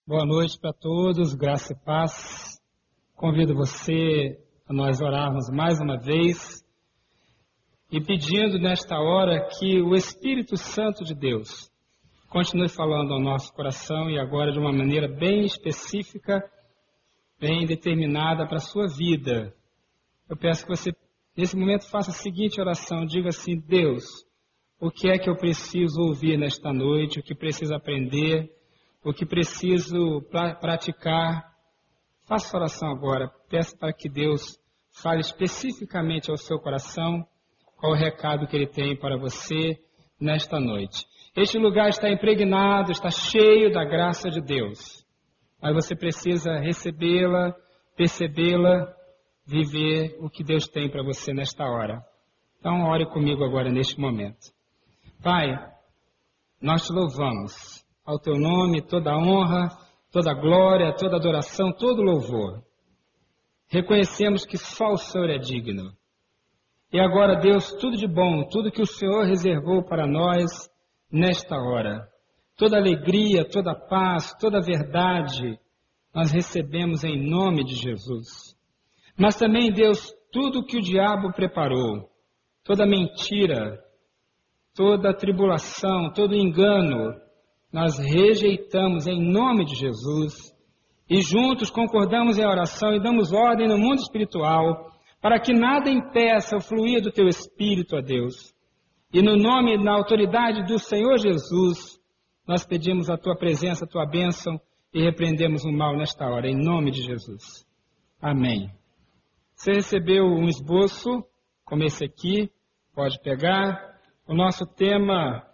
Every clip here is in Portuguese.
Boa noite para todos, graça e paz. Convido você a nós orarmos mais uma vez e pedindo nesta hora que o Espírito Santo de Deus continue falando ao nosso coração e agora de uma maneira bem específica, bem determinada para a sua vida. Eu peço que você, nesse momento, faça a seguinte oração, diga assim: Deus, o que é que eu preciso ouvir nesta noite, o que preciso aprender, o que preciso praticar. Faça oração agora. Peça para que Deus fale especificamente ao seu coração qual o recado que Ele tem para você nesta noite. Este lugar está impregnado, está cheio da graça de Deus. Mas você precisa recebê-la, percebê-la, viver o que Deus tem para você nesta hora. Então, ore comigo agora neste momento. Pai, nós te louvamos. Ao teu nome, toda a honra, toda a glória, toda a adoração, todo o louvor. Reconhecemos que só o Senhor é digno. E agora, Deus, tudo de bom, tudo que o Senhor reservou para nós nesta hora, toda alegria, toda paz, toda verdade, nós recebemos em nome de Jesus. Mas também, Deus, tudo que o diabo preparou, toda mentira, toda tribulação, todo engano, nós rejeitamos em nome de Jesus e juntos concordamos em oração e damos ordem no mundo espiritual para que nada impeça o fluir do Teu Espírito, ó Deus. E no nome e na autoridade do Senhor Jesus, nós pedimos a Tua presença, a Tua bênção e repreendemos o mal nesta hora, em nome de Jesus. Amém. Você recebeu um esboço, como esse aqui, pode pegar. O nosso tema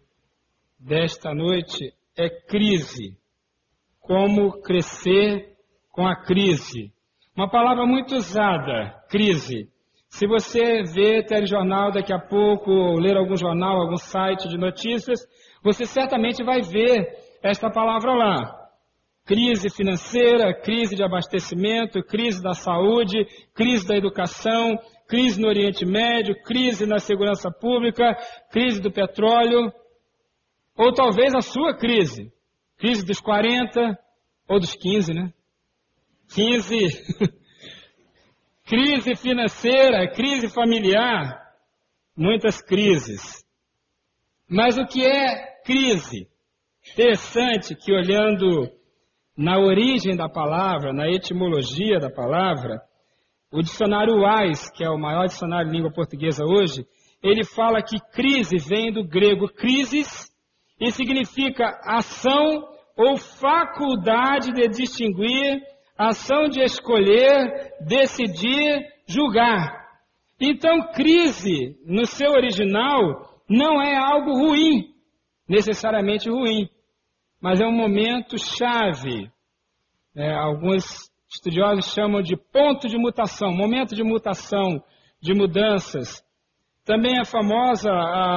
desta noite é crise. Como crescer com a crise. Uma palavra muito usada, crise. Se você ver telejornal daqui a pouco, ou ler algum jornal, algum site de notícias, você certamente vai ver esta palavra lá. Crise financeira, crise de abastecimento, crise da saúde, crise da educação, crise no Oriente Médio, crise na segurança pública, crise do petróleo. Ou talvez a sua crise. Crise dos 40 ou dos 15, né? 15. Crise financeira, crise familiar. Muitas crises. Mas o que é crise? Interessante que olhando na origem da palavra, na etimologia da palavra, o dicionário Wise, que é o maior dicionário de língua portuguesa hoje, ele fala que crise vem do grego crisis, e significa ação ou faculdade de distinguir, ação de escolher, decidir, julgar. Então, crise, no seu original, não é algo ruim, necessariamente ruim, mas é um momento chave. Alguns estudiosos chamam de ponto de mutação, momento de mutação, de mudanças. Também é famosa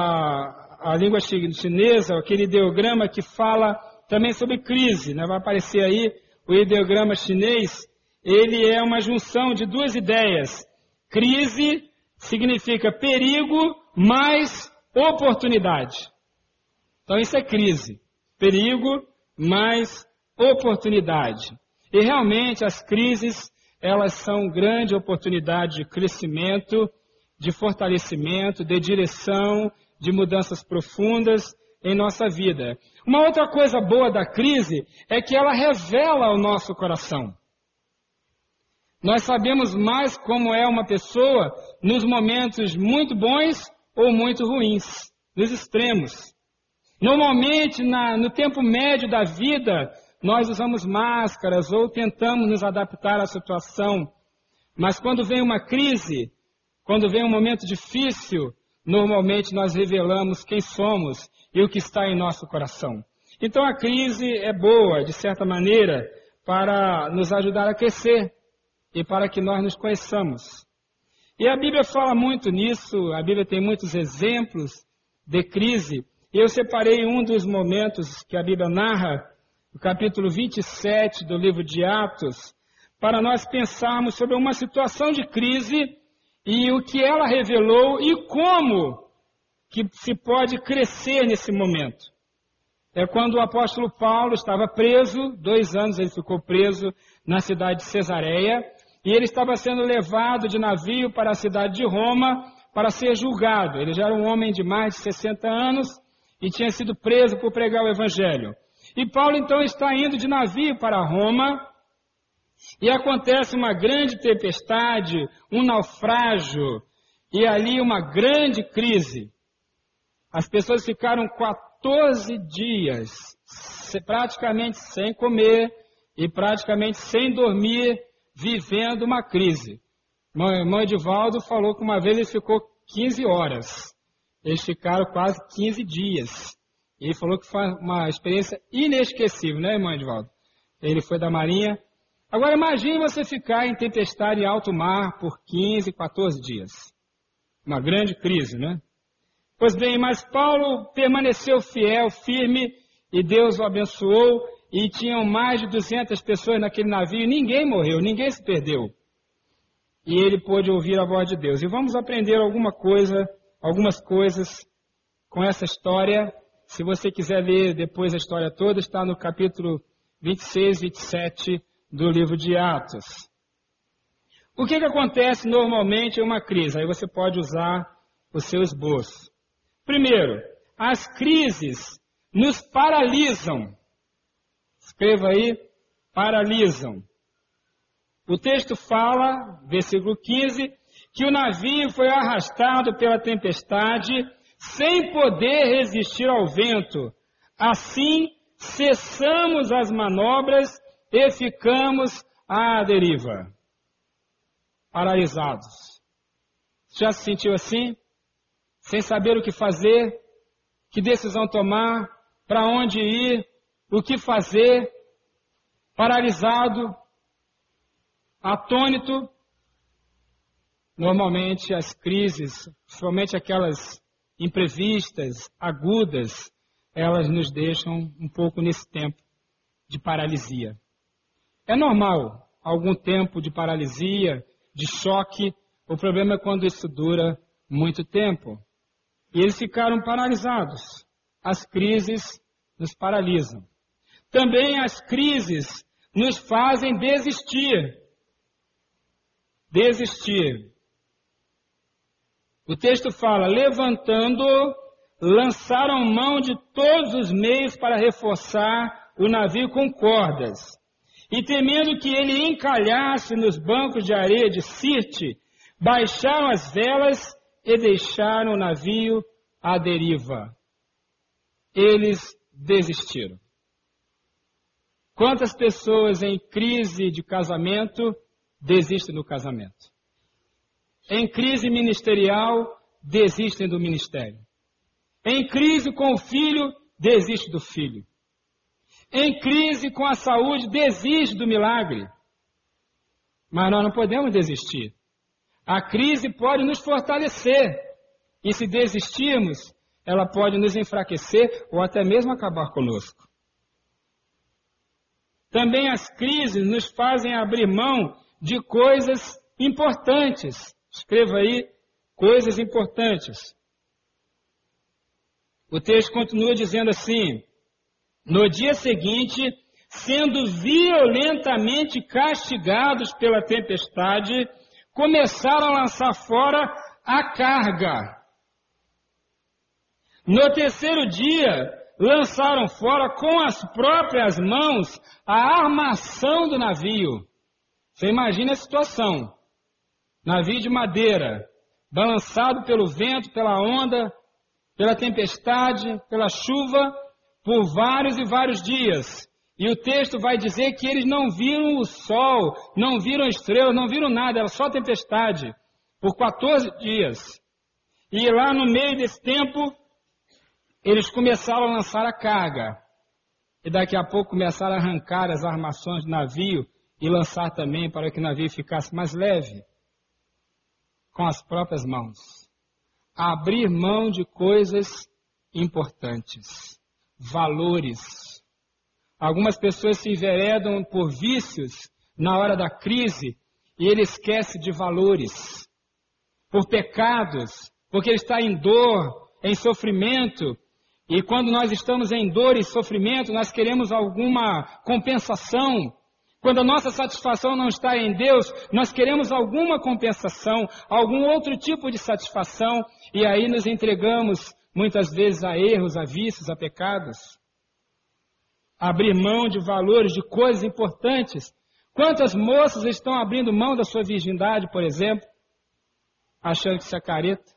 a língua chinesa, aquele ideograma que fala também sobre crise, né? Vai aparecer aí o ideograma chinês, ele é uma junção de duas ideias. Crise significa perigo mais oportunidade. Então isso é crise, perigo mais oportunidade. E realmente as crises, elas são grande oportunidade de crescimento, de fortalecimento, de direção, de mudanças profundas em nossa vida. Uma outra coisa boa da crise é que ela revela o nosso coração. Nós sabemos mais como é uma pessoa nos momentos muito bons ou muito ruins, nos extremos. Normalmente, no tempo médio da vida, nós usamos máscaras ou tentamos nos adaptar à situação. Mas quando vem uma crise, quando vem um momento difícil, normalmente nós revelamos quem somos e o que está em nosso coração. Então a crise é boa, de certa maneira, para nos ajudar a crescer e para que nós nos conheçamos. E a Bíblia fala muito nisso, a Bíblia tem muitos exemplos de crise. E eu separei um dos momentos que a Bíblia narra, no capítulo 27 do livro de Atos, para nós pensarmos sobre uma situação de crise e o que ela revelou e como que se pode crescer nesse momento. é quando o apóstolo Paulo estava preso, 2 anos ele ficou preso na cidade de Cesareia, e ele estava sendo levado de navio para a cidade de Roma para ser julgado. Ele já era um homem de mais de 60 anos e tinha sido preso por pregar o evangelho. E Paulo então está indo de navio para Roma, e acontece uma grande tempestade, um naufrágio, e ali uma grande crise. As pessoas ficaram 14 dias, praticamente sem comer e praticamente sem dormir, vivendo uma crise. Meu irmão Edivaldo falou que uma vez ele ficou 15 horas. Eles ficaram quase 15 dias. E ele falou que foi uma experiência inesquecível, né, irmão Edivaldo? Ele foi da Marinha. Agora imagine você ficar em tempestade em alto mar por 15, 14 dias. Uma grande crise, né? Pois bem, mas Paulo permaneceu fiel, firme, e Deus o abençoou, e tinham mais de 200 pessoas naquele navio, e ninguém morreu, ninguém se perdeu. E ele pôde ouvir a voz de Deus. E vamos aprender algumas coisas com essa história. Se você quiser ler depois a história toda, está no capítulo 26, 27 do livro de Atos. O que acontece normalmente em uma crise? Aí você pode usar o seu esboço. Primeiro, as crises nos paralisam. Escreva aí, paralisam. O texto fala, versículo 15, que o navio foi arrastado pela tempestade sem poder resistir ao vento. Assim, cessamos as manobras e ficamos à deriva. Paralisados. Já se sentiu assim? Sem saber o que fazer, que decisão tomar, para onde ir, o que fazer, paralisado, atônito. Normalmente as crises, principalmente aquelas imprevistas, agudas, elas nos deixam um pouco nesse tempo de paralisia. É normal algum tempo de paralisia, de choque. O problema é quando isso dura muito tempo. E eles ficaram paralisados. As crises nos paralisam. Também as crises nos fazem desistir. Desistir. O texto fala, levantando, lançaram mão de todos os meios para reforçar o navio com cordas. E temendo que ele encalhasse nos bancos de areia de Sirte, baixaram as velas e deixaram o navio à deriva. Eles desistiram. Quantas pessoas em crise de casamento desistem do casamento? Em crise ministerial, desistem do ministério. Em crise com o filho, desiste do filho. Em crise com a saúde, desiste do milagre. Mas nós não podemos desistir. A crise pode nos fortalecer. E se desistirmos, ela pode nos enfraquecer ou até mesmo acabar conosco. Também as crises nos fazem abrir mão de coisas importantes. Escreva aí, coisas importantes. O texto continua dizendo assim, no dia seguinte, sendo violentamente castigados pela tempestade, começaram a lançar fora a carga. No terceiro dia, lançaram fora com as próprias mãos a armação do navio. Você imagina a situação. Navio de madeira, balançado pelo vento, pela onda, pela tempestade, pela chuva, por vários e vários dias. E o texto vai dizer que eles não viram o sol, não viram estrelas, não viram nada, era só tempestade, por 14 dias. E lá no meio desse tempo, eles começaram a lançar a carga. E daqui a pouco começaram a arrancar as armações do navio e lançar também para que o navio ficasse mais leve, com as próprias mãos. Abrir mão de coisas importantes, valores. Algumas pessoas se enveredam por vícios na hora da crise e ele esquece de valores, por pecados, porque ele está em dor, em sofrimento, E quando nós estamos em dor e sofrimento, nós queremos alguma compensação. Quando a nossa satisfação não está em Deus, nós queremos alguma compensação, algum outro tipo de satisfação, e aí nos entregamos muitas vezes a erros, a vícios, a pecados. Abrir mão de valores, de coisas importantes. Quantas moças estão abrindo mão da sua virgindade, por exemplo, achando que isso é careta?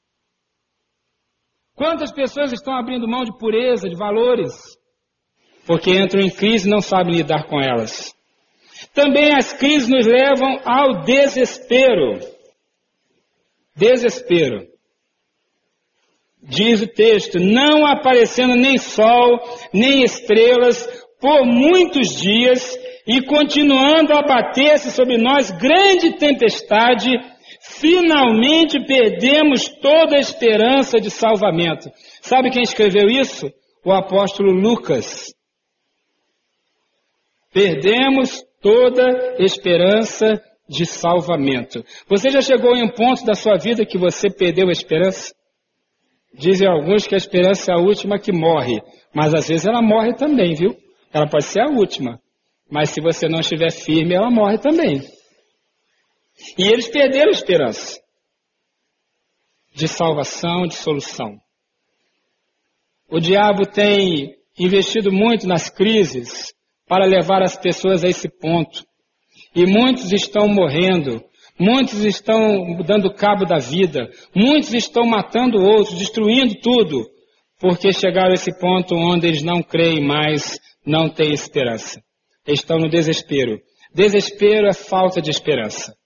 Quantas pessoas estão abrindo mão de pureza, de valores, porque entram em crise e não sabem lidar com elas? Também as crises nos levam ao desespero. Desespero. Diz o texto, não aparecendo nem sol, nem estrelas, por muitos dias, e continuando a abater-se sobre nós grande tempestade, finalmente perdemos toda a esperança de salvamento. Sabe quem escreveu isso? O apóstolo Lucas. Perdemos toda esperança de salvamento. Você já chegou em um ponto da sua vida que você perdeu a esperança? Dizem alguns que a esperança é a última que morre, mas às vezes ela morre também, viu? Ela pode ser a última, mas se você não estiver firme, ela morre também. E eles perderam a esperança de salvação, de solução. O diabo tem investido muito nas crises para levar as pessoas a esse ponto. E muitos estão morrendo, muitos estão dando cabo da vida, muitos estão matando outros, destruindo tudo, porque chegaram a esse ponto onde eles não creem mais, não têm esperança. Eles estão no desespero. Desespero é falta de esperança.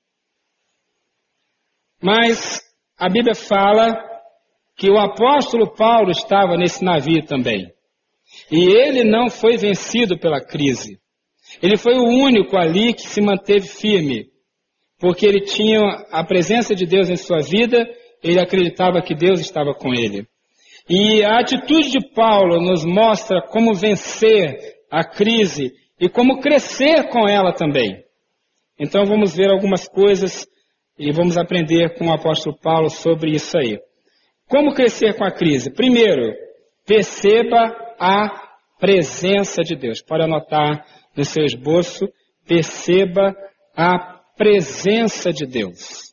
Mas a Bíblia fala que o apóstolo Paulo estava nesse navio também. E ele não foi vencido pela crise. Ele foi o único ali que se manteve firme, porque ele tinha a presença de Deus em sua vida, ele acreditava que Deus estava com ele. E a atitude de Paulo nos mostra como vencer a crise e como crescer com ela também. Então vamos ver algumas coisas e vamos aprender com o apóstolo Paulo sobre isso aí. Como crescer com a crise? Primeiro, perceba a presença de Deus. Pode anotar no seu esboço, perceba a presença de Deus.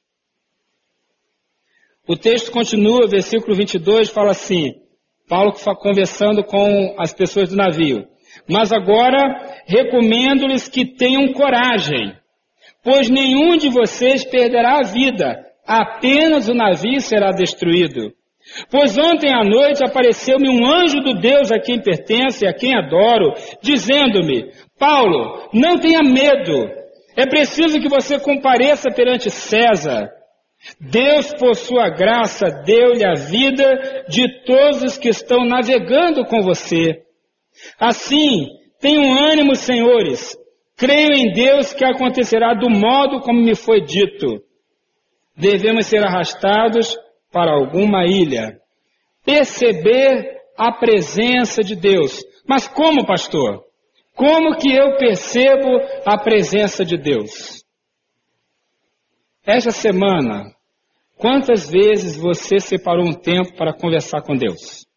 O texto continua, versículo 22, fala assim, Paulo conversando com as pessoas do navio. Mas agora recomendo-lhes que tenham coragem, pois nenhum de vocês perderá a vida, apenas o navio será destruído. Pois ontem à noite apareceu-me um anjo do Deus a quem pertence e a quem adoro, dizendo-me, Paulo, não tenha medo, é preciso que você compareça perante César. Deus, por sua graça, deu-lhe a vida de todos os que estão navegando com você. Assim, tenham ânimo, senhores, creio em Deus que acontecerá do modo como me foi dito. Devemos ser arrastados para alguma ilha. Perceber a presença de Deus. Mas como, pastor? Como que eu percebo a presença de Deus? Esta semana, quantas vezes você separou um tempo para conversar com Deus?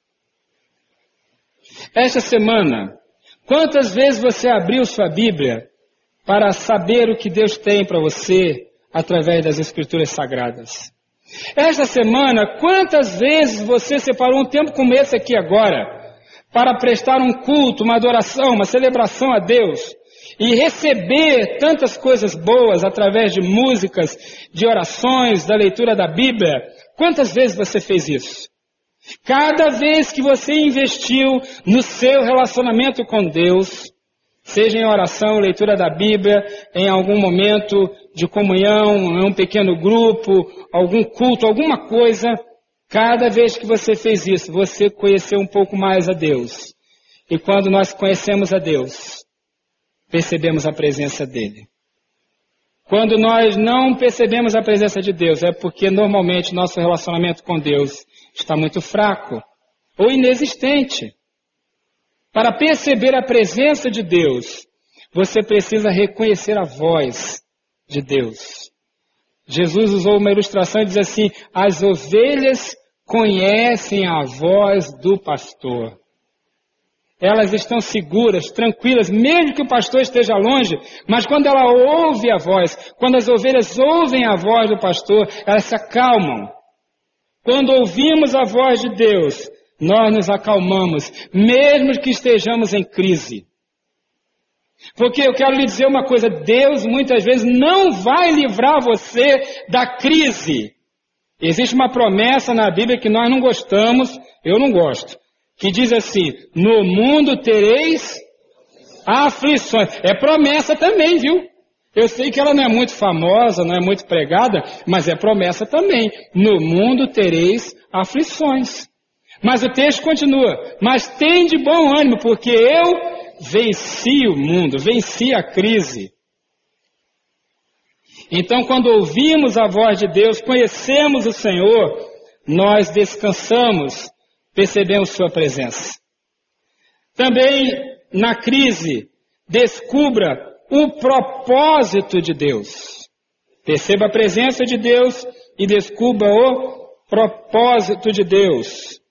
Esta semana, quantas vezes você abriu sua Bíblia para saber o que Deus tem para você através das Escrituras Sagradas? Esta semana, quantas vezes você separou um tempo como esse aqui agora para prestar um culto, uma adoração, uma celebração a Deus e receber tantas coisas boas através de músicas, de orações, da leitura da Bíblia? Quantas vezes você fez isso? Cada vez que você investiu no seu relacionamento com Deus, seja em oração, leitura da Bíblia, em algum momento de comunhão, em um pequeno grupo, algum culto, alguma coisa, cada vez que você fez isso, você conheceu um pouco mais a Deus. E quando nós conhecemos a Deus, percebemos a presença dEle. Quando nós não percebemos a presença de Deus, é porque normalmente nosso relacionamento com Deus está muito fraco ou inexistente. Para perceber a presença de Deus, você precisa reconhecer a voz de Deus. Jesus usou uma ilustração e diz assim, as ovelhas conhecem a voz do pastor. Elas estão seguras, tranquilas, mesmo que o pastor esteja longe, mas quando ela ouve a voz, quando as ovelhas ouvem a voz do pastor, elas se acalmam. Quando ouvimos a voz de Deus, nós nos acalmamos, mesmo que estejamos em crise. Porque eu quero lhe dizer uma coisa, Deus muitas vezes não vai livrar você da crise. Existe uma promessa na Bíblia que nós não gostamos, eu não gosto, que diz assim, no mundo tereis aflições. É promessa também, viu? Eu sei que ela não é muito famosa, não é muito pregada, mas é promessa também. No mundo tereis aflições. Mas o texto continua, mas tem de bom ânimo, porque eu venci o mundo, venci a crise. Então, quando ouvimos a voz de Deus, conhecemos o Senhor, nós descansamos, percebemos sua presença. Também, na crise, descubra o propósito de Deus. Perceba a presença de Deus e descubra o propósito de Deus.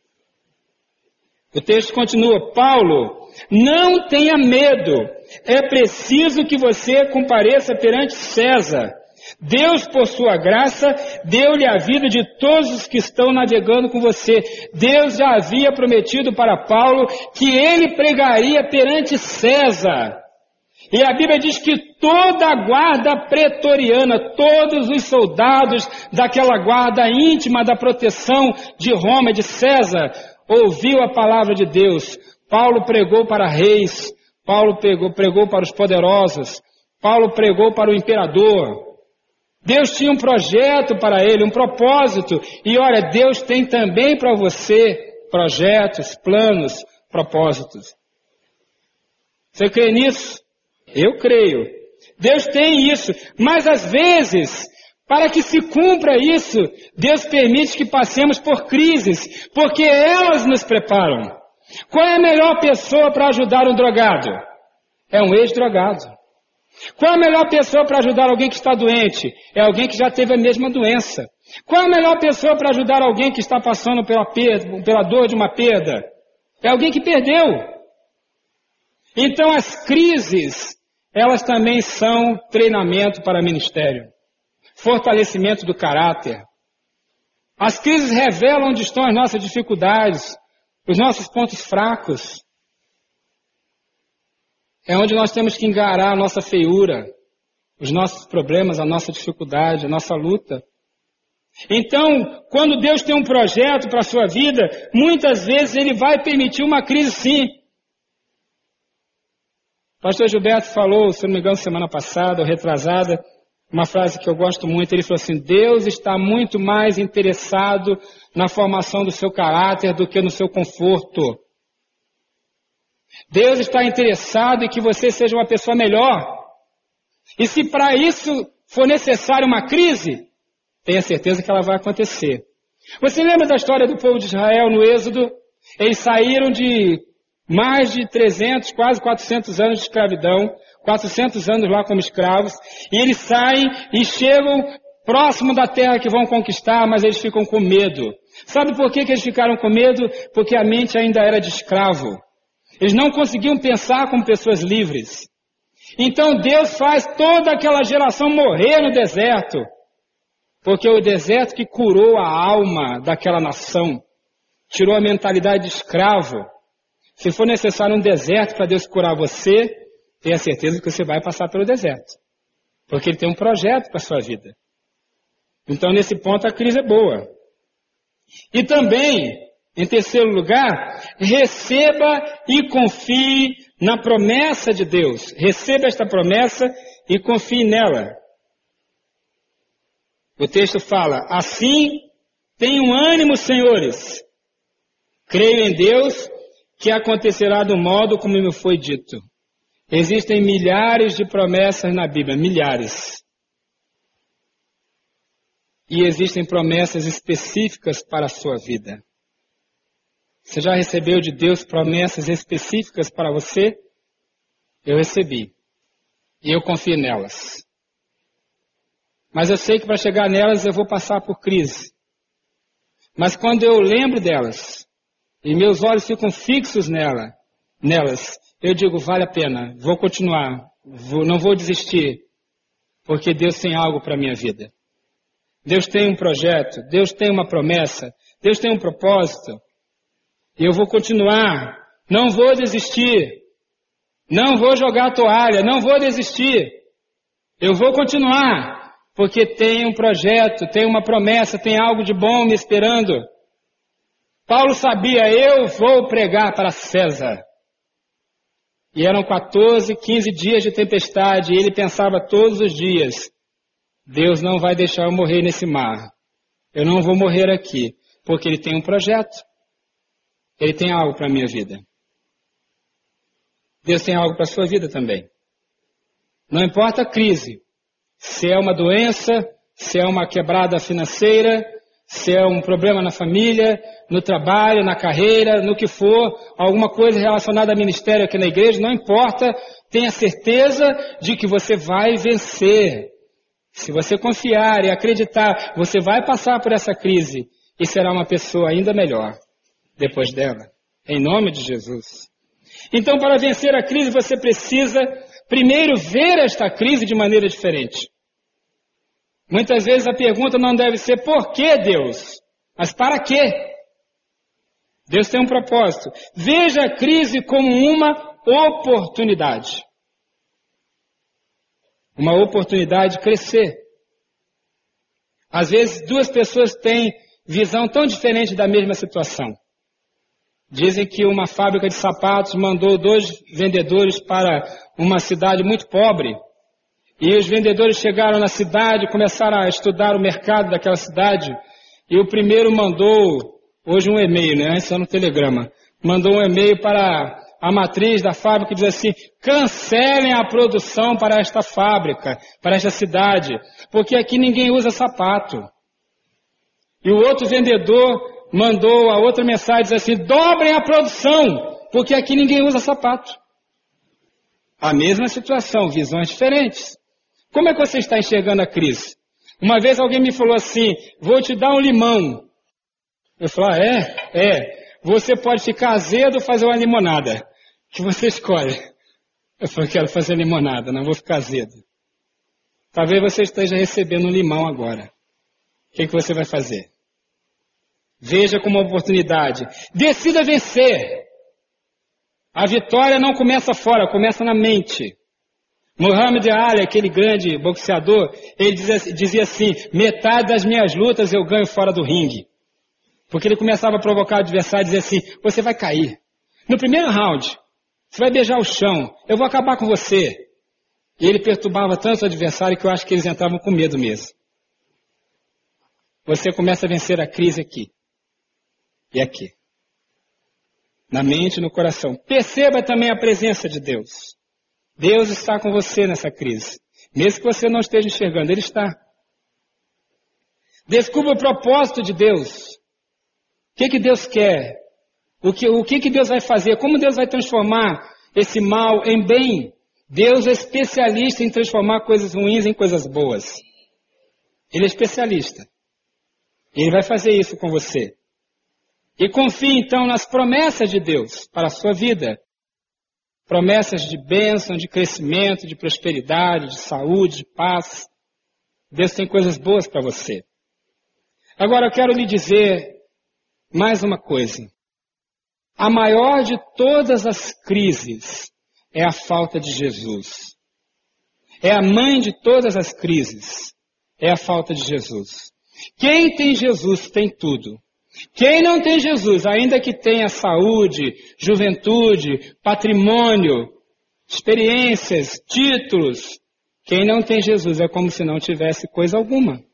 O texto continua, Paulo, não tenha medo, é preciso que você compareça perante César. Deus, por sua graça, deu-lhe a vida de todos os que estão navegando com você. Deus já havia prometido para Paulo que ele pregaria perante César. E a Bíblia diz que toda a guarda pretoriana, todos os soldados daquela guarda íntima da proteção de Roma, de César, ouviu a palavra de Deus. Paulo pregou para reis, Paulo pregou para os poderosos, Paulo pregou para o imperador. Deus tinha um projeto para ele, um propósito. E olha, Deus tem também para você projetos, planos, propósitos. Você crê nisso? Eu creio. Deus tem isso. Mas às vezes, para que se cumpra isso, Deus permite que passemos por crises, porque elas nos preparam. Qual é a melhor pessoa para ajudar um drogado? É um ex-drogado. Qual é a melhor pessoa para ajudar alguém que está doente? É alguém que já teve a mesma doença. Qual é a melhor pessoa para ajudar alguém que está passando pela dor de uma perda? É alguém que perdeu. Então as crises, elas também são treinamento para ministério. Fortalecimento do caráter. As crises revelam onde estão as nossas dificuldades, os nossos pontos fracos. É onde nós temos que encarar a nossa feiura, os nossos problemas, a nossa dificuldade, a nossa luta. Então, quando Deus tem um projeto para a sua vida, muitas vezes Ele vai permitir uma crise sim. O pastor Gilberto falou, se não me engano, semana passada ou retrasada, uma frase que eu gosto muito, ele falou assim, Deus está muito mais interessado na formação do seu caráter do que no seu conforto. Deus está interessado em que você seja uma pessoa melhor. E se para isso for necessário uma crise, tenha certeza que ela vai acontecer. Você lembra da história do povo de Israel no Êxodo? Eles saíram de mais de 300, quase 400 anos de escravidão, 400 anos lá como escravos, e eles saem e chegam próximo da terra que vão conquistar, mas eles ficam com medo. Sabe por que eles ficaram com medo? Porque a mente ainda era de escravo. Eles não conseguiam pensar como pessoas livres. Então Deus faz toda aquela geração morrer no deserto. Porque o deserto que curou a alma daquela nação, tirou a mentalidade de escravo. Se for necessário um deserto para Deus curar você, tenha certeza que você vai passar pelo deserto. Porque Ele tem um projeto para a sua vida. Então nesse ponto a crise é boa. E também, em terceiro lugar, receba e confie na promessa de Deus. Receba esta promessa e confie nela. O texto fala, assim, tenham ânimo, senhores. Creio em Deus que acontecerá do modo como me foi dito. Existem milhares de promessas na Bíblia, milhares. E existem promessas específicas para a sua vida. Você já recebeu de Deus promessas específicas para você? Eu recebi. E eu confio nelas. Mas eu sei que para chegar nelas eu vou passar por crise. Mas quando eu lembro delas, e meus olhos ficam fixos nelas, eu digo, vale a pena, vou continuar, não vou desistir, porque Deus tem algo para a minha vida. Deus tem um projeto, Deus tem uma promessa, Deus tem um propósito. E eu vou continuar, não vou desistir, não vou jogar a toalha, não vou desistir. Eu vou continuar, porque tem um projeto, tem uma promessa, tem algo de bom me esperando. Paulo sabia, eu vou pregar para César. E eram 14, 15 dias de tempestade, e ele pensava todos os dias, Deus não vai deixar eu morrer nesse mar. Eu não vou morrer aqui, porque Ele tem um projeto. Ele tem algo para a minha vida. Deus tem algo para a sua vida também. Não importa a crise, se é uma doença, se é uma quebrada financeira, se é um problema na família, no trabalho, na carreira, no que for, alguma coisa relacionada a ministério aqui na igreja, não importa, tenha certeza de que você vai vencer. Se você confiar e acreditar, você vai passar por essa crise e será uma pessoa ainda melhor depois dela, em nome de Jesus. Então, para vencer a crise, você precisa primeiro ver esta crise de maneira diferente. Muitas vezes a pergunta não deve ser por que Deus, mas para quê? Deus tem um propósito. Veja a crise como uma oportunidade. Uma oportunidade de crescer. Às vezes duas pessoas têm visão tão diferente da mesma situação. Dizem que uma fábrica de sapatos mandou 2 vendedores para uma cidade muito pobre. E os vendedores chegaram na cidade, começaram a estudar o mercado daquela cidade. E o primeiro mandou, hoje um e-mail, né? Antes era no telegrama. Mandou um e-mail para a matriz da fábrica e diz assim, cancelem a produção para esta fábrica, para esta cidade, porque aqui ninguém usa sapato. E o outro vendedor mandou a outra mensagem, diz assim, dobrem a produção, porque aqui ninguém usa sapato. A mesma situação, visões diferentes. Como é que você está enxergando a crise? Uma vez alguém me falou assim, vou te dar um limão. Eu falei, você pode ficar azedo ou fazer uma limonada. O que você escolhe? Eu falei, quero fazer limonada, não vou ficar azedo. Talvez você esteja recebendo um limão agora. O que você vai fazer? Veja como uma oportunidade. Decida vencer. A vitória não começa fora, começa na mente. Muhammad Ali, aquele grande boxeador, ele dizia assim, metade das minhas lutas eu ganho fora do ringue. Porque ele começava a provocar o adversário e dizia assim, você vai cair. No primeiro round, você vai beijar o chão, eu vou acabar com você. E ele perturbava tanto o adversário que eu acho que eles entravam com medo mesmo. Você começa a vencer a crise aqui. E aqui. Na mente e no coração. Perceba também a presença de Deus. Deus está com você nessa crise. Mesmo que você não esteja enxergando, Ele está. Descubra o propósito de Deus. O que Deus quer? O que Deus vai fazer? Como Deus vai transformar esse mal em bem? Deus é especialista em transformar coisas ruins em coisas boas. Ele é especialista. Ele vai fazer isso com você. E confie então nas promessas de Deus para a sua vida. Promessas de bênção, de crescimento, de prosperidade, de saúde, de paz. Deus tem coisas boas para você. Agora eu quero lhe dizer mais uma coisa. A maior de todas as crises é a falta de Jesus. É a mãe de todas as crises. É a falta de Jesus. Quem tem Jesus tem tudo. Quem não tem Jesus, ainda que tenha saúde, juventude, patrimônio, experiências, títulos, quem não tem Jesus é como se não tivesse coisa alguma.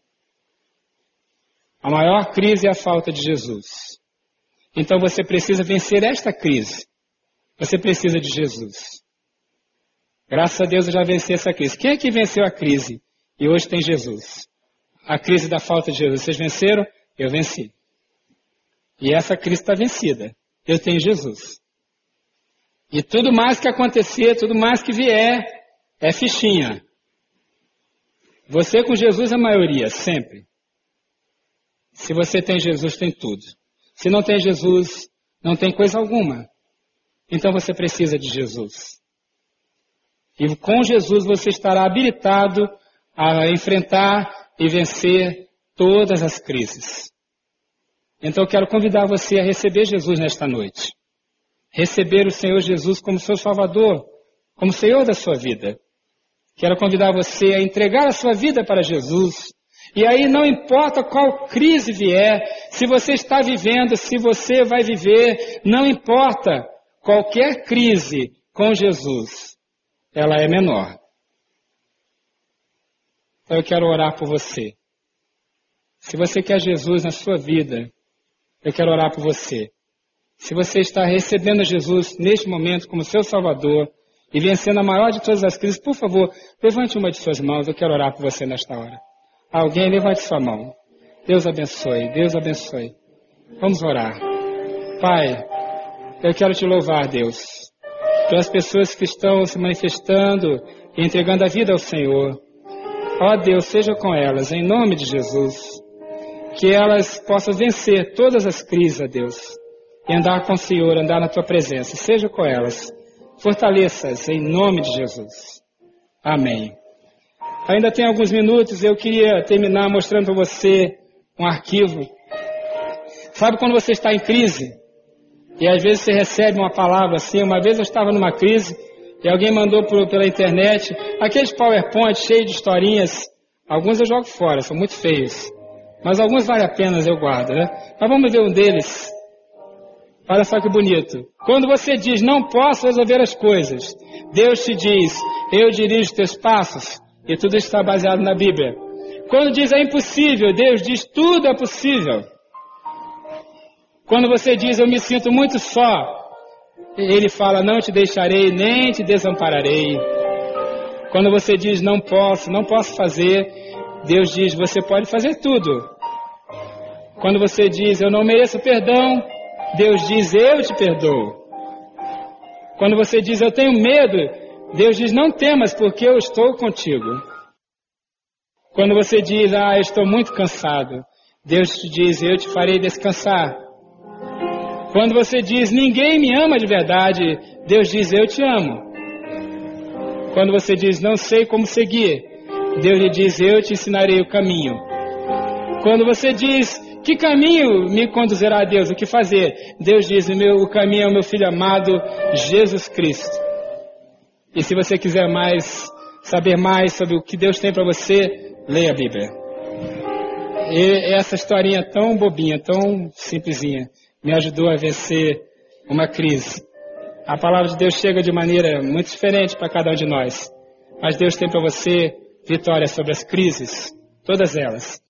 A maior crise é a falta de Jesus. Então você precisa vencer esta crise. Você precisa de Jesus. Graças a Deus eu já venci essa crise. Quem é que venceu a crise e hoje tem Jesus? A crise da falta de Jesus. Vocês venceram? Eu venci. E essa crise está vencida. Eu tenho Jesus. E tudo mais que acontecer, tudo mais que vier, é fichinha. Você com Jesus é a maioria, sempre. Se você tem Jesus, tem tudo. Se não tem Jesus, não tem coisa alguma. Então você precisa de Jesus. E com Jesus você estará habilitado a enfrentar e vencer todas as crises. Então eu quero convidar você a receber Jesus nesta noite. Receber o Senhor Jesus como seu Salvador, como Senhor da sua vida. Quero convidar você a entregar a sua vida para Jesus. E aí não importa qual crise vier, se você está vivendo, se você vai viver, não importa. Qualquer crise com Jesus, ela é menor. Então eu quero orar por você. Se você quer Jesus na sua vida, eu quero orar por você. Se você está recebendo Jesus neste momento como seu Salvador e vencendo a maior de todas as crises, por favor, levante uma de suas mãos, eu quero orar por você nesta hora. Alguém, levante sua mão. Deus abençoe, Deus abençoe. Vamos orar. Pai, eu quero te louvar, Deus, pelas pessoas que estão se manifestando e entregando a vida ao Senhor. Ó Deus, seja com elas, em nome de Jesus. Que elas possam vencer todas as crises, ó Deus, e andar com o Senhor, andar na tua presença. Seja com elas. Fortaleça-as em nome de Jesus. Amém. Ainda tem alguns minutos, eu queria terminar mostrando para você um arquivo. Sabe quando você está em crise? E às vezes você recebe uma palavra assim. Uma vez eu estava numa crise e alguém mandou pela internet aqueles PowerPoint cheios de historinhas. Alguns eu jogo fora, são muito feios. Mas alguns vale a pena, eu guardo, né? Mas vamos ver um deles. Olha só que bonito. Quando você diz, não posso resolver as coisas, Deus te diz, eu dirijo teus passos. E tudo está baseado na Bíblia. Quando diz, é impossível, Deus diz, tudo é possível. Quando você diz, eu me sinto muito só, Ele fala, não te deixarei, nem te desampararei. Quando você diz, não posso fazer, Deus diz, você pode fazer tudo. Quando você diz, eu não mereço perdão, Deus diz, eu te perdoo. Quando você diz, eu tenho medo, Deus diz, não temas, porque eu estou contigo. Quando você diz, eu estou muito cansado, Deus te diz, eu te farei descansar. Quando você diz, ninguém me ama de verdade, Deus diz, eu te amo. Quando você diz, não sei como seguir, Deus lhe diz, eu te ensinarei o caminho. Quando você diz, que caminho me conduzirá a Deus, o que fazer? Deus diz, o caminho é o meu Filho amado, Jesus Cristo. E se você quiser saber mais sobre o que Deus tem para você, leia a Bíblia. E essa historinha tão bobinha, tão simplesinha, me ajudou a vencer uma crise. A palavra de Deus chega de maneira muito diferente para cada um de nós. Mas Deus tem para você vitória sobre as crises, todas elas.